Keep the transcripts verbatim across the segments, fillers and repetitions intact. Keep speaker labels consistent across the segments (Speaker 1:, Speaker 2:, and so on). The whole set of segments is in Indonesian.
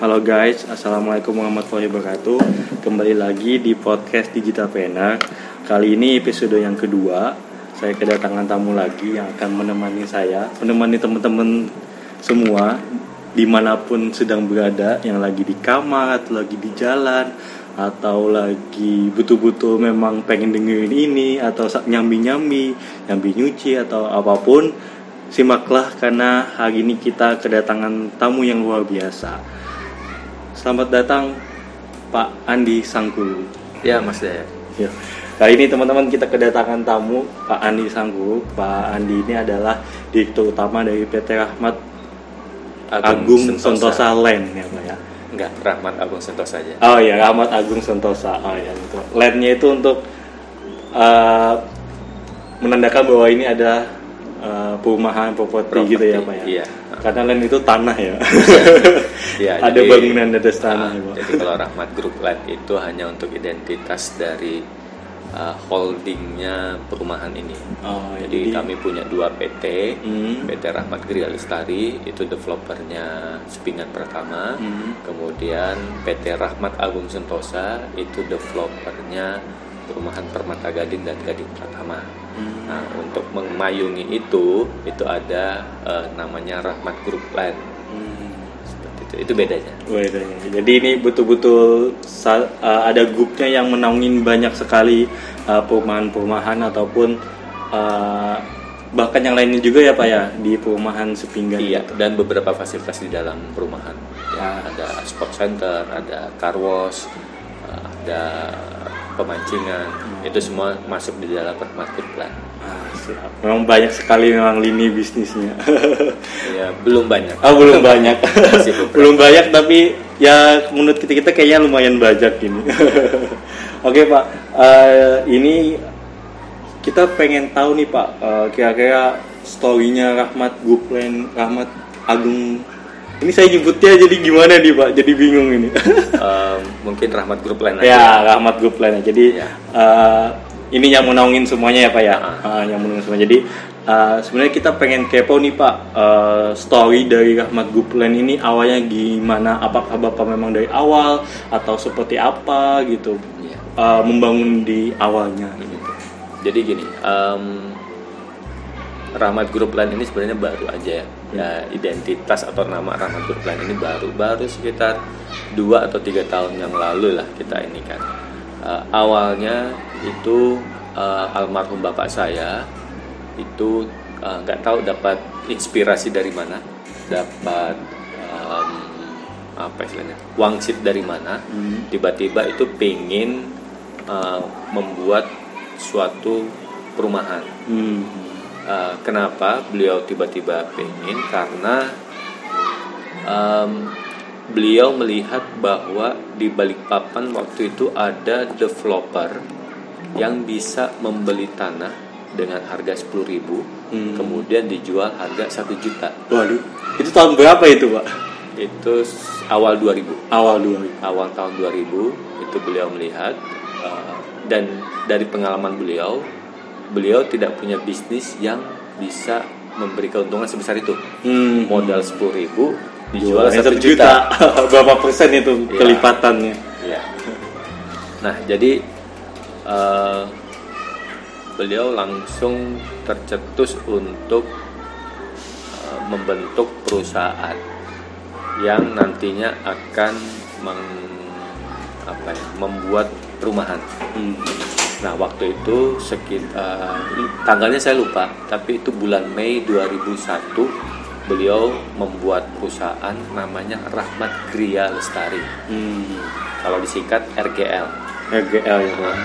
Speaker 1: Halo guys, Assalamualaikum warahmatullahi wabarakatuh. Kembali lagi di podcast Digitalpreneur. Kali ini episode yang kedua. Saya kedatangan tamu lagi yang akan menemani saya, menemani teman-teman semua dimanapun sedang berada, yang lagi di kamar atau lagi di jalan, atau lagi betul-betul memang pengen dengerin ini, atau nyambi-nyambi, nyambi nyuci atau apapun. Simaklah karena hari ini kita kedatangan tamu yang luar biasa. Selamat datang Pak Andi Sangguru.
Speaker 2: Ya Mas Daya.
Speaker 1: Ya. Kali ini teman-teman kita kedatangan tamu Pak Andi Sangguru. Pak Andi ini adalah Direktur Utama dari P T Rahmat Agung, Agung Sentosa Land ya Pak ya.
Speaker 2: Enggak, Rahmat Agung Sentosa aja.
Speaker 1: Oh iya, Rahmat Agung Sentosa. Oh iya betul. Landnya itu untuk uh, menandakan bahwa ini ada uh, perumahan properti gitu ya Pak ya.
Speaker 2: Iya.
Speaker 1: Karena land itu tanah ya.
Speaker 2: Ya,
Speaker 1: ada
Speaker 2: jadi,
Speaker 1: bangunan di atas tanah.
Speaker 2: Uh, jadi kalau Rahmat Group Land itu hanya untuk identitas dari uh, holdingnya perumahan ini.
Speaker 1: Oh,
Speaker 2: jadi, jadi kami punya dua P T,
Speaker 1: hmm.
Speaker 2: P T Rahmat Gria Lestari itu developernya Sepingan Pratama, hmm. kemudian P T Rahmat Agung Sentosa itu developernya perumahan Permata Gading dan Gading Pratama. Hmm. Nah, untuk memayungi itu, itu ada uh, namanya Rahmat Group Land. Hmm. Seperti itu, itu bedanya.
Speaker 1: Bedanya. Jadi ini betul-betul uh, ada grupnya yang menaungin banyak sekali uh, perumahan-perumahan ataupun uh, bahkan yang lainnya juga ya Pak ya di perumahan Sepinggan.
Speaker 2: Iya. Gitu. Dan beberapa fasilitas di dalam perumahan. Ya, ada sport center, ada car wash, uh, ada pemancingan, hmm. itu semua masuk di dalam Rahmat Group Land.
Speaker 1: Ah, siap. Memang banyak sekali memang lini bisnisnya.
Speaker 2: Ya, belum banyak.
Speaker 1: Oh, belum banyak. Belum banyak tapi ya menurut kita kita kayaknya lumayan banyak ini. Oke Pak, uh, ini kita pengen tahu nih Pak, uh, kira-kira story-nya Rahmat Group Land, Rahmat Agung. Ini saya nyebutnya jadi gimana nih Pak? Jadi bingung ini.
Speaker 2: uh, mungkin Rahmat Group Land aja.
Speaker 1: Ya, Rahmat Group Land. Jadi ya. uh, ini yang menaungin semuanya ya Pak ya. Uh-huh. Uh, yang menaungin semua. Jadi uh, sebenarnya kita pengen kepo nih Pak, uh, story dari Rahmat Group Land ini awalnya gimana? Apakah Bapak memang dari awal atau seperti apa gitu? Ya. Uh, membangun di awalnya gitu.
Speaker 2: Jadi gini, um, Rahmat Group Land ini sebenarnya baru aja ya. Ya, identitas atau nama Rahmat Group Land ini baru baru sekitar dua atau tiga tahun yang lalu lah kita ini kan. Uh, awalnya itu uh, almarhum bapak saya itu nggak uh, tahu dapat inspirasi dari mana, dapat um, apa istilahnya wangsit dari mana, hmm. tiba-tiba itu pengen uh, membuat suatu perumahan. Hmm. Uh, kenapa beliau tiba-tiba pengen? Karena um, beliau melihat bahwa di Balikpapan waktu itu ada developer yang bisa membeli tanah dengan harga sepuluh ribu, hmm. kemudian dijual harga satu juta.
Speaker 1: Waduh, itu tahun berapa itu Pak?
Speaker 2: Itu awal dua ribu.
Speaker 1: Awal dua ribu.
Speaker 2: Awal tahun dua ribu itu beliau melihat uh, dan dari pengalaman beliau beliau tidak punya bisnis yang bisa memberi keuntungan sebesar itu. Hmm. Modal sepuluh ribu dijual satu juta.
Speaker 1: juta. Berapa persen itu ya. Kelipatannya?
Speaker 2: Ya. Nah, jadi uh, beliau langsung tercetus untuk uh, membentuk perusahaan yang nantinya akan meng, apa ya, membuat perumahan. Hmm. Nah, waktu itu sekitar uh, tanggalnya saya lupa, tapi itu bulan Mei dua ribu satu beliau membuat perusahaan namanya Rahmat Gria Lestari. Hmm. Kalau disingkat R G L.
Speaker 1: R G L ya Pak.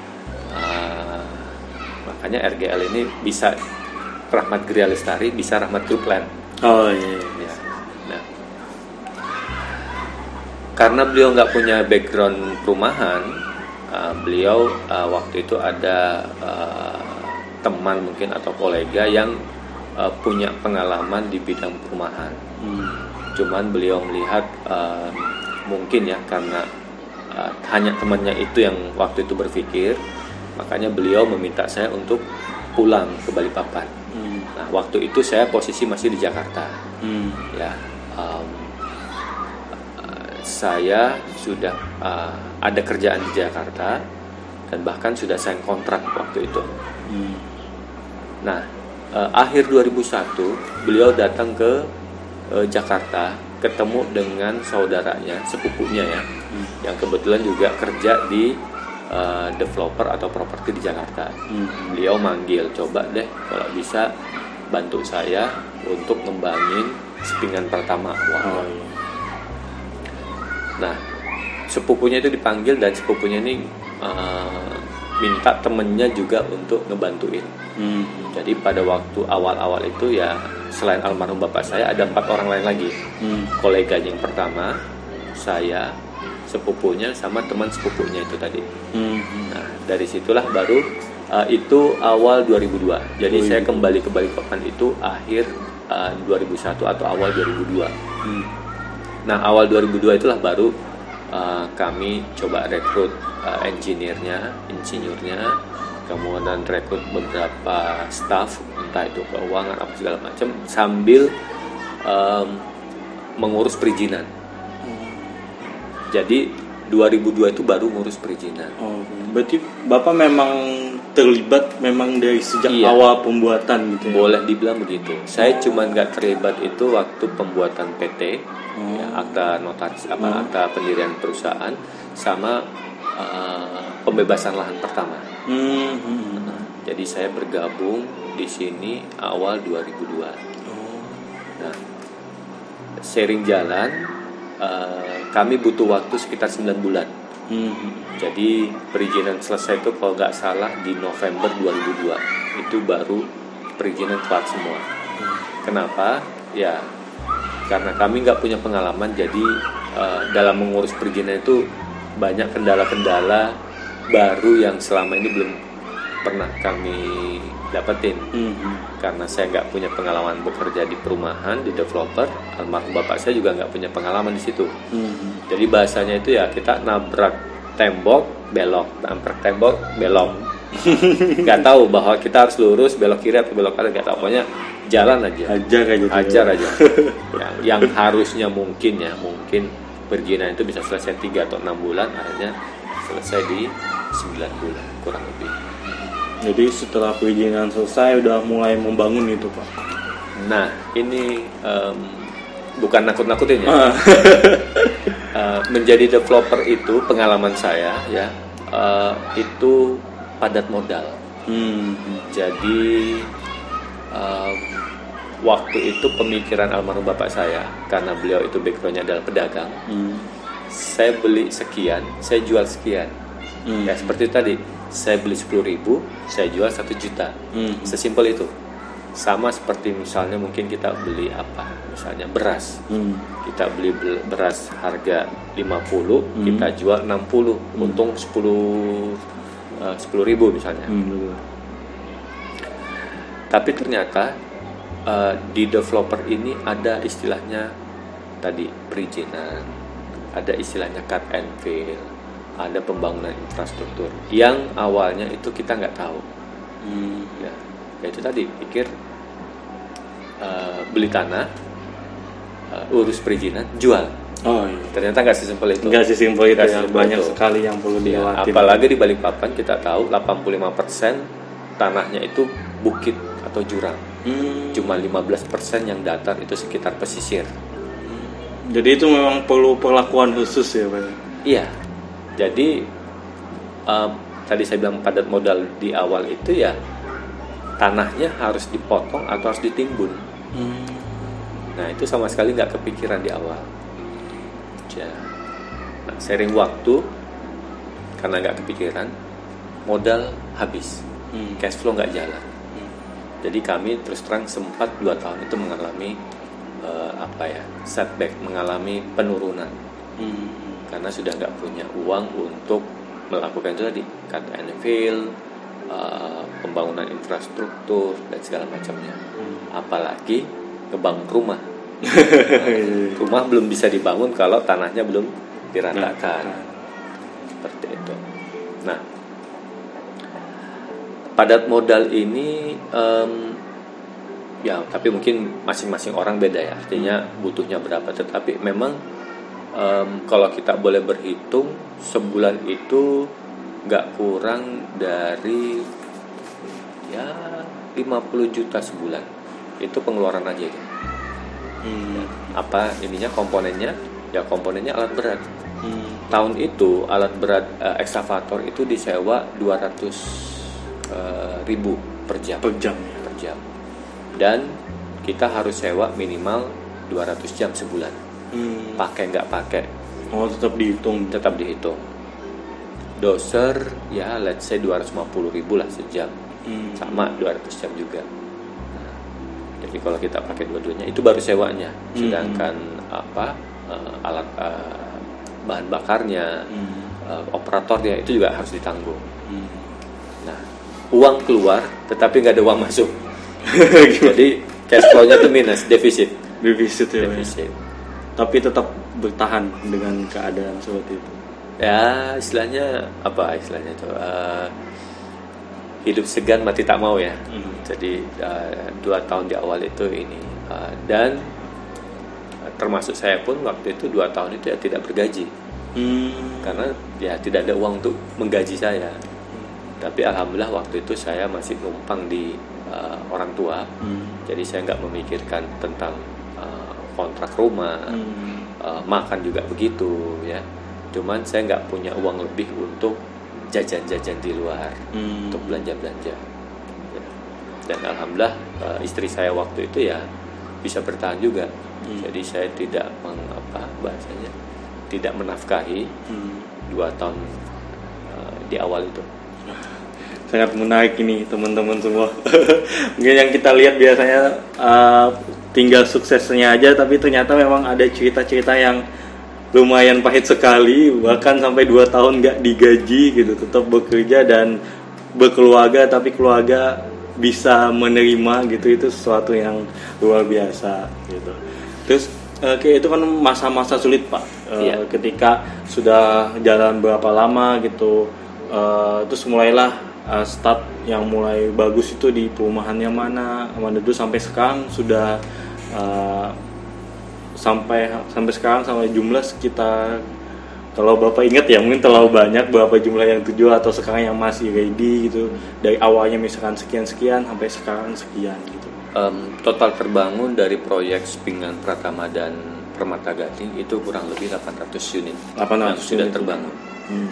Speaker 2: Uh, makanya R G L ini bisa Rahmat Gria Lestari, bisa Rahmat Group Land.
Speaker 1: Oh iya.
Speaker 2: Ya. Nah, karena beliau nggak punya background perumahan. Uh, beliau uh, waktu itu ada uh, teman mungkin atau kolega yang uh, punya pengalaman di bidang perumahan. Hmm. Cuman beliau melihat uh, mungkin ya karena uh, hanya temannya itu yang waktu itu berpikir, makanya beliau meminta saya untuk pulang ke Balikpapan. Hmm. Nah, waktu itu saya posisi masih di Jakarta. Hmm. Ya. Um, saya sudah uh, ada kerjaan di Jakarta dan bahkan sudah sign kontrak waktu itu. Hmm. Nah, uh, akhir dua ribu satu beliau datang ke uh, Jakarta, ketemu dengan saudaranya, sepupunya ya, hmm. yang kebetulan juga kerja di uh, developer atau properti di Jakarta. Hmm. Beliau manggil, coba deh kalau bisa bantu saya untuk ngembangin Sepinggan pertama. Wow. Oh. Nah, sepupunya itu dipanggil dan sepupunya ini uh, minta temennya juga untuk ngebantuin. Hmm. Jadi pada waktu awal-awal itu ya selain almarhum bapak saya ada empat orang lain lagi. Hmm. Koleganya yang pertama, saya, sepupunya sama teman sepupunya itu tadi. Hmm. Nah, dari situlah baru uh, itu awal dua ribu dua. Jadi oh, saya kembali ke Balikpapan itu akhir uh, dua ribu satu atau awal dua ribu dua. Hmm. Nah, awal dua ribu dua itulah baru uh, kami coba rekrut uh, engineer-nya, insinyurnya, kemudian rekrut beberapa staff, entah itu keuangan apa segala macam, sambil um, mengurus perizinan. Hmm. Jadi dua ribu dua itu baru ngurus perizinan. Oh,
Speaker 1: berarti Bapak memang terlibat memang dari sejak iya. awal pembuatan gitu ya?
Speaker 2: Boleh dibilang begitu. Saya cuma nggak terlibat itu waktu pembuatan P T, oh. ya, akta notaris, apa oh. akta pendirian perusahaan, sama uh, pembebasan lahan pertama. Hmm. Nah, jadi saya bergabung di sini awal dua ribu dua. Oh. Nah, sharing jalan. Uh, kami butuh waktu sekitar sembilan bulan. Hmm. Jadi perizinan selesai itu kalau nggak salah di November dua ribu dua. Itu baru perizinan kelar semua. Hmm. Kenapa? Ya karena kami nggak punya pengalaman. Jadi uh, dalam mengurus perizinan itu banyak kendala-kendala baru yang selama ini belum pernah kami dapetin. Hmm. Karena saya nggak punya pengalaman bekerja di perumahan, di developer, almarhum bapak saya juga nggak punya pengalaman di situ. Hmm. Jadi bahasanya itu ya kita nabrak tembok, belok, nabrak tembok, belok. Nggak tahu bahwa kita harus lurus, belok kiri atau belok kanan, nggak tahu. Pokoknya jalan aja.
Speaker 1: Ajar aja.
Speaker 2: Ajar aja. yang, yang harusnya mungkin ya, mungkin perizinan itu bisa selesai tiga atau enam bulan, akhirnya selesai di sembilan bulan kurang lebih.
Speaker 1: Jadi setelah perizinan selesai udah mulai membangun itu Pak.
Speaker 2: Nah ini um, bukan nakut-nakutin ya. uh, menjadi developer itu pengalaman saya ya uh, itu padat modal. Hmm. Jadi uh, waktu itu pemikiran almarhum bapak saya karena beliau itu backgroundnya adalah pedagang. Hmm. Saya beli sekian, saya jual sekian. Hmm. Ya seperti itu tadi. Saya beli sepuluh ribu, saya jual satu juta. Hmm. Sesimpel itu. Sama seperti misalnya mungkin kita beli apa? Misalnya beras. Hmm. Kita beli beras harga lima puluh, hmm. kita jual enam puluh, hmm. untung sepuluh ribu misalnya. Hmm. Tapi ternyata uh, di developer ini ada istilahnya tadi perizinan, ada istilahnya cut and fill, ada pembangunan infrastruktur yang awalnya itu kita nggak tahu. Hmm. Ya, ya itu tadi pikir uh, beli tanah, uh, urus perizinan, jual.
Speaker 1: Oh, iya.
Speaker 2: Ternyata nggak sesimpel itu.
Speaker 1: Nggak sesimpel itu ya, banyak itu. Sekali yang perlu
Speaker 2: ya,
Speaker 1: dilewati.
Speaker 2: Apalagi di Balikpapan kita tahu delapan puluh lima persen tanahnya itu bukit atau jurang. Hmm. Cuma lima belas persen yang datar itu sekitar pesisir.
Speaker 1: Hmm. Jadi itu memang perlu perlakuan khusus ya Pak?
Speaker 2: Iya. Jadi um, tadi saya bilang padat modal di awal itu ya tanahnya harus dipotong atau harus ditimbun. Hmm. Nah itu sama sekali nggak kepikiran di awal. Ya. Nah, sering waktu karena nggak kepikiran, modal habis, hmm. cash flow nggak jalan. Hmm. Jadi kami terus terang sempat dua tahun itu mengalami uh, apa ya setback, mengalami penurunan. Hmm. Karena sudah nggak punya uang untuk melakukan itu tadi cut and fill, uh, pembangunan infrastruktur dan segala macamnya. Hmm. Apalagi ngebangun rumah. Nah, rumah belum bisa dibangun kalau tanahnya belum diratakan. Nah. Seperti itu. Nah, padat modal ini um, ya tapi mungkin masing-masing orang beda ya. Artinya butuhnya berapa. Tetapi memang um, kalau kita boleh berhitung sebulan itu nggak kurang dari ya lima puluh juta sebulan. Itu pengeluaran aja itu. Hmm. Apa ininya komponennya? Ya komponennya alat berat. Hmm. Tahun itu alat berat uh, ekskavator itu disewa dua ratus ribu per jam.
Speaker 1: Per jam ya.
Speaker 2: Per jam. Dan kita harus sewa minimal dua ratus jam sebulan. Hmm. Pakai nggak pakai.
Speaker 1: Oh tetap dihitung.
Speaker 2: Tetap dihitung. Doser ya let's say dua ratus lima puluh ribu lah sejam. Hmm. Sama dua ratus jam juga. Nah, jadi kalau kita pakai dua-duanya itu baru sewanya. Sedangkan hmm. apa uh, alat uh, bahan bakarnya, hmm. uh, operatornya itu juga harus ditanggung. Hmm. Nah, uang keluar tetapi nggak ada uang masuk. Jadi cash flow-nya tuh minus, defisit.
Speaker 1: Defisit ya.
Speaker 2: Defisit.
Speaker 1: Tapi tetap bertahan dengan keadaan seperti itu.
Speaker 2: Ya, istilahnya apa istilahnya tuh? Uh, hidup segan mati tak mau ya. Hmm. Jadi uh, dua tahun di awal itu ini uh, dan uh, termasuk saya pun waktu itu dua tahun itu ya tidak bergaji. Hmm. Karena ya tidak ada uang untuk menggaji saya. Tapi alhamdulillah waktu itu saya masih numpang di uh, orang tua, hmm. jadi saya nggak memikirkan tentang uh, kontrak rumah, hmm. uh, makan juga begitu ya. Cuman saya nggak punya uang lebih untuk jajan-jajan di luar, hmm. untuk belanja-belanja. Ya. Dan alhamdulillah uh, istri saya waktu itu ya bisa bertahan juga. Hmm. Jadi saya tidak mengapa bahasanya tidak menafkahi hmm. dua tahun uh, di awal itu.
Speaker 1: Sangat menarik ini teman-teman semua. Mungkin yang kita lihat biasanya uh, tinggal suksesnya aja, tapi ternyata memang ada cerita-cerita yang lumayan pahit sekali, bahkan sampai dua tahun nggak digaji gitu, tetap bekerja dan berkeluarga, tapi keluarga bisa menerima gitu, itu sesuatu yang luar biasa gitu. Terus uh, kayak itu kan masa-masa sulit Pak, uh, yeah. ketika sudah jalan berapa lama gitu, uh, terus mulailah Uh, start yang mulai bagus itu di perumahan yang mana, mana dulu sampai sekarang sudah uh, sampai sampai sekarang sampai jumlah sekitar, kalau Bapak ingat ya mungkin terlalu banyak berapa jumlah yang tujuh atau sekarang yang masih ready gitu, dari awalnya misalkan sekian-sekian sampai sekarang sekian gitu.
Speaker 2: Um, total terbangun dari proyek Spingan Pratama dan Permata Gading itu kurang lebih delapan ratus unit
Speaker 1: delapan ratus
Speaker 2: yang sudah
Speaker 1: unit
Speaker 2: terbangun. Hmm.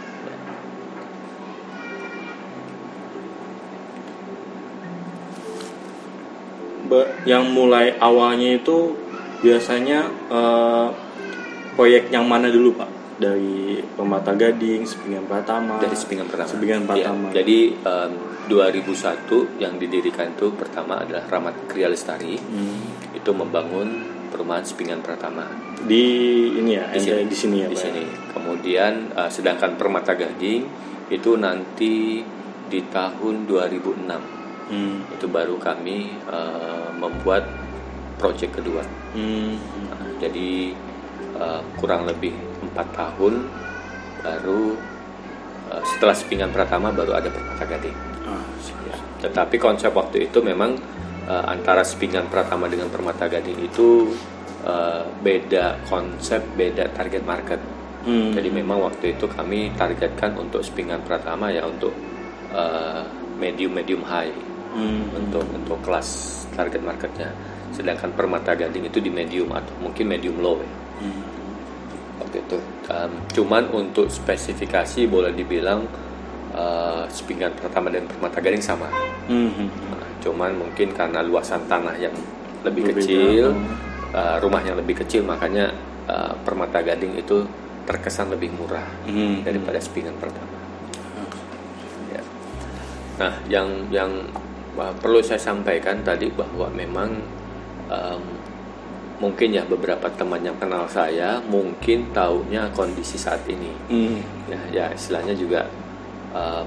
Speaker 1: Yang mulai awalnya itu biasanya uh, proyek yang mana dulu Pak? Dari Permata Gading, Spingan Pratama.
Speaker 2: Dari Spingan Pratama.
Speaker 1: Spingan Pratama.
Speaker 2: Ya, jadi um, dua ribu satu yang didirikan itu pertama adalah Rahmat Kriya Lestari. Hmm. Itu membangun perumahan Spingan Pratama. Di
Speaker 1: ini ya,
Speaker 2: di sini,
Speaker 1: di sini ya
Speaker 2: di
Speaker 1: Pak.
Speaker 2: Sini. Kemudian uh, sedangkan Permata Gading itu nanti di tahun dua ribu enam. Hmm. Itu baru kami uh, membuat proyek kedua. Hmm. Nah, jadi uh, kurang lebih empat tahun baru uh, setelah Spingan Pratama baru ada Permata Gading. Ah, ya. Tetapi konsep waktu itu memang uh, antara Spingan Pratama dengan Permata Gading itu uh, beda konsep, beda target market. Hmm. Jadi memang waktu itu kami targetkan untuk Spingan Pratama ya untuk uh, medium medium high. Hmm. untuk untuk kelas target marketnya, sedangkan Permata Gading itu di medium atau mungkin medium low ya. Hmm. Waktu itu um, cuman untuk spesifikasi boleh dibilang uh, Spingan Pratama dan Permata Gading sama. Hmm. Nah, cuman mungkin karena luasan tanah yang lebih, lebih kecil, uh, rumah yang lebih kecil, makanya uh, Permata Gading itu terkesan lebih murah hmm. daripada Spingan Pratama. Hmm. Ya. Nah, yang yang Bah, perlu saya sampaikan tadi bahwa memang um, mungkin ya beberapa teman yang kenal saya mungkin taunya kondisi saat ini. Mm. Ya, ya istilahnya juga um,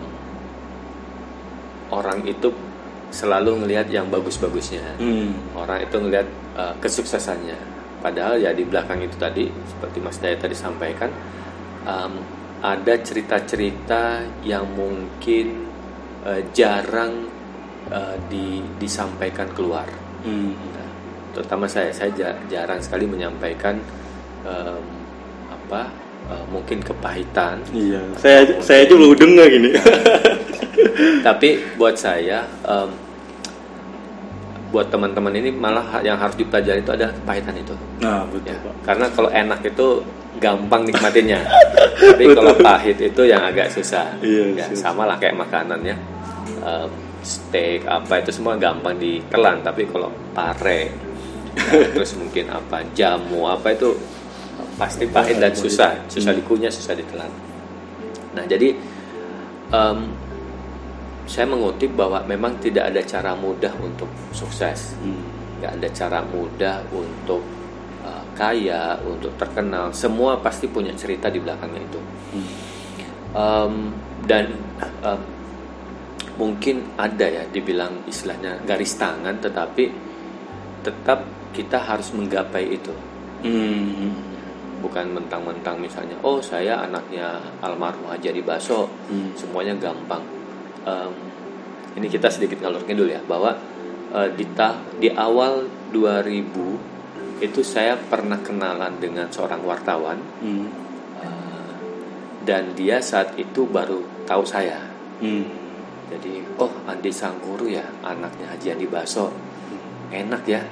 Speaker 2: orang itu selalu ngelihat yang bagus-bagusnya. Mm. Orang itu ngelihat uh, kesuksesannya. Padahal ya di belakang itu tadi seperti Mas Daya tadi sampaikan um, ada cerita-cerita yang mungkin uh, jarang Uh, di, disampaikan keluar. Hmm. Nah, terutama saya, saya jarang sekali menyampaikan um, apa uh, mungkin kepahitan.
Speaker 1: Iya. Saya saya aja belum dengar gini.
Speaker 2: Tapi buat saya, um, buat teman-teman ini malah yang harus dipelajari itu adalah kepahitan itu.
Speaker 1: Nah betul
Speaker 2: Ya,
Speaker 1: Pak.
Speaker 2: karena kalau enak itu gampang nikmatinnya, tapi kalau pahit itu yang agak susah.
Speaker 1: Iya,
Speaker 2: Ya,
Speaker 1: susah.
Speaker 2: sama lah kayak makanannya, um, steak apa itu semua gampang ditelan, tapi kalau pare, ya, terus mungkin apa jamu apa itu pasti pahit dan susah, susah dikunyah, susah ditelan. Nah jadi um, saya mengutip bahwa memang tidak ada cara mudah untuk sukses,
Speaker 1: Hmm.
Speaker 2: nggak ada cara mudah untuk uh, kaya, untuk terkenal. Semua pasti punya cerita di belakangnya itu.
Speaker 1: Hmm.
Speaker 2: Um, dan um, mungkin ada ya dibilang istilahnya garis tangan, tetapi tetap kita harus menggapai itu.
Speaker 1: Hmm.
Speaker 2: Bukan mentang-mentang misalnya, oh saya anaknya almarhum Haji Adi Baso,
Speaker 1: Hmm.
Speaker 2: semuanya gampang. Um, ini kita sedikit ngalur ngidul ya, bahwa uh, di, ta- di awal dua ribu itu saya pernah kenalan dengan seorang wartawan,
Speaker 1: Hmm.
Speaker 2: uh, dan dia saat itu baru tahu saya.
Speaker 1: Hmm.
Speaker 2: Jadi, oh Andi Sangguru ya, anaknya Haji Adi Baso, enak ya.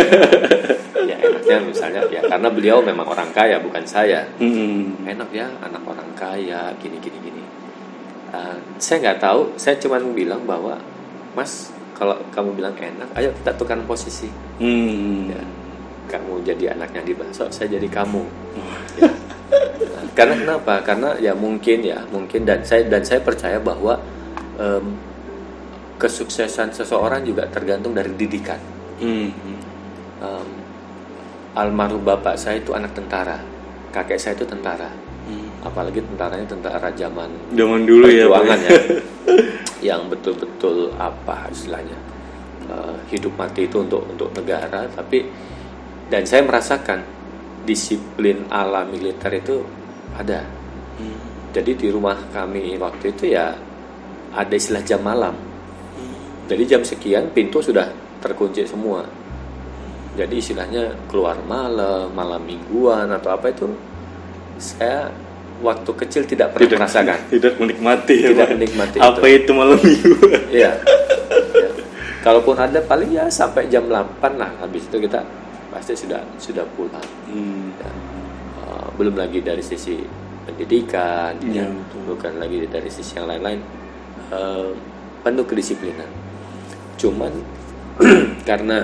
Speaker 2: Ya enaknya misalnya ya karena beliau memang orang kaya bukan saya.
Speaker 1: Hmm.
Speaker 2: Enak ya anak orang kaya gini gini gini. Uh, saya nggak tahu, saya cuma bilang bahwa Mas kalau kamu bilang enak, ayo kita tukar posisi.
Speaker 1: Hmm.
Speaker 2: Ya, kamu jadi anaknya di Baso, saya jadi kamu. Ya. Nah, karena kenapa? Karena ya mungkin ya mungkin dan saya dan saya percaya bahwa um, kesuksesan seseorang juga tergantung dari didikan.
Speaker 1: Hmm.
Speaker 2: Um, almarhum bapak saya itu anak tentara, kakek saya itu tentara.
Speaker 1: Hmm.
Speaker 2: Apalagi tentaranya tentara zaman
Speaker 1: Zaman dulu ya, Pak.
Speaker 2: perjuangan ya, yang betul-betul apa istilahnya uh, hidup mati itu untuk untuk negara. Tapi dan saya merasakan disiplin ala militer itu ada.
Speaker 1: Hmm.
Speaker 2: Jadi di rumah kami waktu itu ya ada istilah jam malam. Jadi jam sekian pintu sudah terkunci semua. Jadi istilahnya keluar malam, malam mingguan atau apa itu saya waktu kecil tidak pernah
Speaker 1: Tidak
Speaker 2: merasakan.
Speaker 1: Tidak menikmati ya,
Speaker 2: Tidak
Speaker 1: Pak.
Speaker 2: menikmati
Speaker 1: Apa
Speaker 2: itu.
Speaker 1: itu malam minggu?
Speaker 2: Iya. Ya. Kalaupun ada paling ya sampai jam delapan lah, habis itu kita pasti sudah sudah pulang.
Speaker 1: Hmm.
Speaker 2: Ya. Uh, belum lagi dari sisi pendidikan,
Speaker 1: Ya,
Speaker 2: ya.
Speaker 1: betul.
Speaker 2: Bukan lagi dari sisi yang lain-lain, uh, penuh kedisiplinan. Cuman karena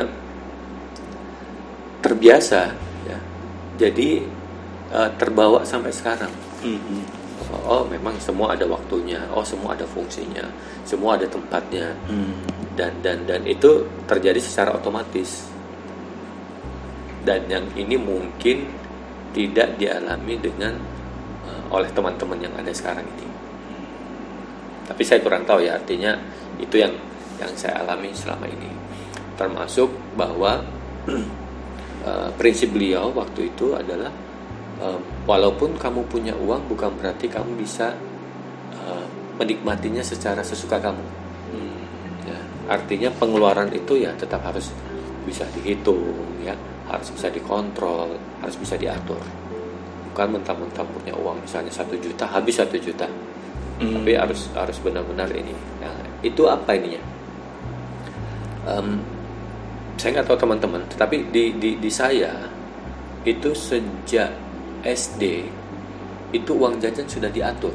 Speaker 2: terbiasa, ya, jadi uh, terbawa sampai sekarang.
Speaker 1: Hmm.
Speaker 2: Oh, memang semua ada waktunya, oh semua ada fungsinya, semua ada tempatnya,
Speaker 1: Hmm.
Speaker 2: dan dan dan itu terjadi secara otomatis. Dan yang ini mungkin tidak dialami dengan uh, oleh teman-teman yang ada sekarang ini. Tapi saya kurang tahu ya, artinya itu yang yang saya alami selama ini. Termasuk bahwa uh, prinsip beliau waktu itu adalah uh, walaupun kamu punya uang bukan berarti kamu bisa uh, menikmatinya secara sesuka kamu.
Speaker 1: Hmm.
Speaker 2: Ya, artinya pengeluaran itu ya tetap harus bisa dihitung, ya, harus bisa dikontrol, harus bisa diatur. Bukan mentang-mentang punya uang misalnya satu juta habis satu juta,
Speaker 1: Hmm.
Speaker 2: tapi harus harus benar-benar ini. Nah, itu apa ininya? Um, saya nggak tahu teman-teman, tetapi di, di di saya itu sejak S D itu uang jajan sudah diatur.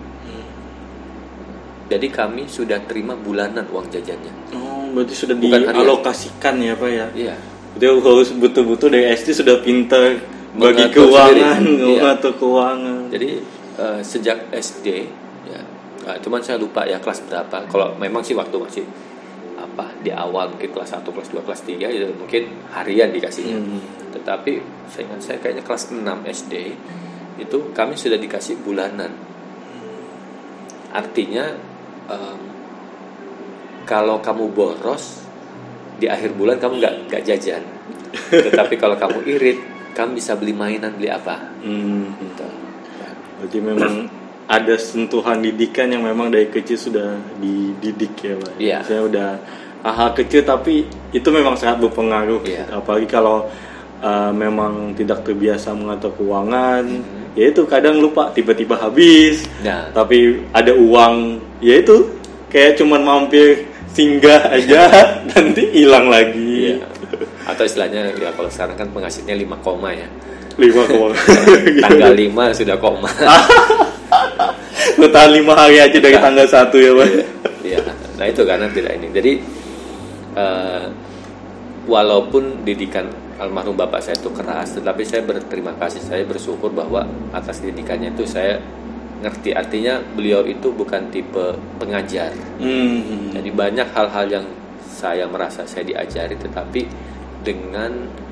Speaker 2: Jadi kami sudah terima bulanan uang jajannya.
Speaker 1: Oh, berarti sudah
Speaker 2: Bukan harian.
Speaker 1: dialokasikan ya, Pak ya?
Speaker 2: Iya.
Speaker 1: Dia harus betul-betul dari S D sudah pintar bagi
Speaker 2: Mengatur
Speaker 1: keuangan,
Speaker 2: sendiri.
Speaker 1: mengatur keuangan.
Speaker 2: Jadi uh, sejak S D ya, uh, cuman saya lupa ya kelas berapa. Kalau memang sih waktu masih apa di awal mungkin kelas satu, kelas dua, kelas tiga itu mungkin harian dikasihnya.
Speaker 1: Hmm.
Speaker 2: Tetapi saya ingat saya kayaknya kelas enam S D itu kami sudah dikasih bulanan. Artinya um, kalau kamu boros di akhir bulan kamu nggak nggak jajan. Tetapi kalau kamu irit, kamu bisa beli mainan, beli apa?
Speaker 1: Hmm.
Speaker 2: Gitu.
Speaker 1: Berarti memang ada sentuhan didikan yang memang dari kecil sudah dididik ya, Pak.
Speaker 2: Iya.
Speaker 1: Saya udah hal kecil tapi itu memang sangat berpengaruh.
Speaker 2: Iya.
Speaker 1: Apalagi kalau uh, memang tidak terbiasa mengatur keuangan,
Speaker 2: Hmm.
Speaker 1: ya itu kadang lupa tiba-tiba habis.
Speaker 2: Nah.
Speaker 1: Tapi ada uang, ya itu kayak cuman mampir singgah aja nanti hilang lagi.
Speaker 2: Iya. Atau istilahnya ya kalau sekarang kan penghasilannya lima koma ya.
Speaker 1: lima koma.
Speaker 2: Tanggal lima sudah koma.
Speaker 1: Bertahan lima hari aja dari tanggal satu ya, Pak.
Speaker 2: Iya. Nah, itu karena tidak ini. Jadi uh, walaupun didikan almarhum bapak saya itu keras, tetapi saya berterima kasih, saya bersyukur bahwa atas didikannya itu saya ngerti, artinya beliau itu bukan tipe pengajar.
Speaker 1: Hmm.
Speaker 2: Jadi banyak hal-hal yang saya merasa saya diajari, tetapi dengan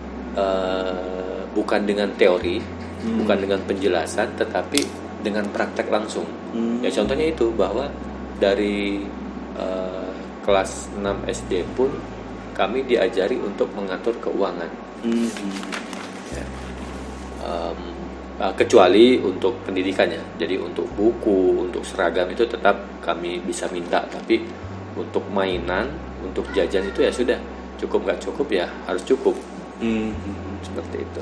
Speaker 2: uh, bukan dengan teori, hmm. bukan dengan penjelasan, tetapi dengan praktek langsung. Hmm. Ya contohnya itu bahwa dari uh, kelas enam S D pun kami diajari untuk mengatur keuangan. Hmm. Ya. Um, uh, kecuali untuk pendidikannya, jadi untuk buku, untuk seragam itu tetap kami bisa minta, tapi untuk mainan, untuk jajan itu ya sudah cukup, nggak cukup ya harus cukup. Hmm. Seperti itu.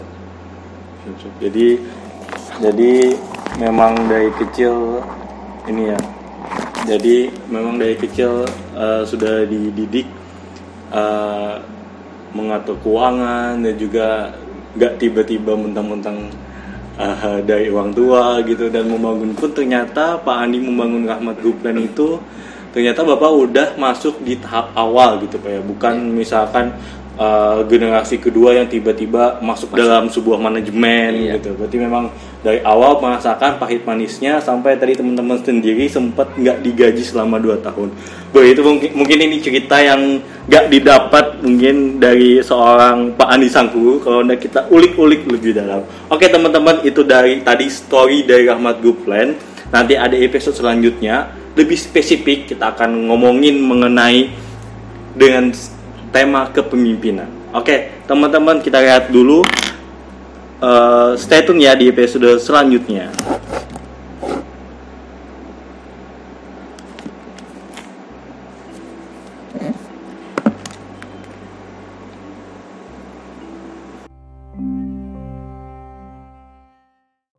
Speaker 1: Jadi jadi memang dari kecil ini ya. Jadi memang dari kecil uh, sudah dididik uh, mengatur keuangan dan juga nggak tiba-tiba mentang-mentang uh, dari orang tua gitu, dan membangun pun ternyata Pak Andi membangun Rahmat Group Plan itu ternyata Bapak udah masuk di tahap awal gitu Pak ya, bukan misalkan uh, generasi kedua yang tiba-tiba masuk, masuk dalam sebuah manajemen. Iya. Gitu. Berarti memang dari awal merasakan pahit manisnya sampai tadi teman-teman sendiri sempat nggak digaji selama dua tahun. Begitu mungkin mungkin ini cerita yang nggak didapat mungkin dari seorang Pak Andi Sangku kalau udah kita ulik-ulik lebih dalam. Oke teman-teman, itu dari tadi story dari Rahmat Group Plan. Nanti ada episode selanjutnya lebih spesifik kita akan ngomongin mengenai dengan tema kepemimpinan. Oke teman-teman, kita lihat dulu. Uh, stay tune ya di episode selanjutnya.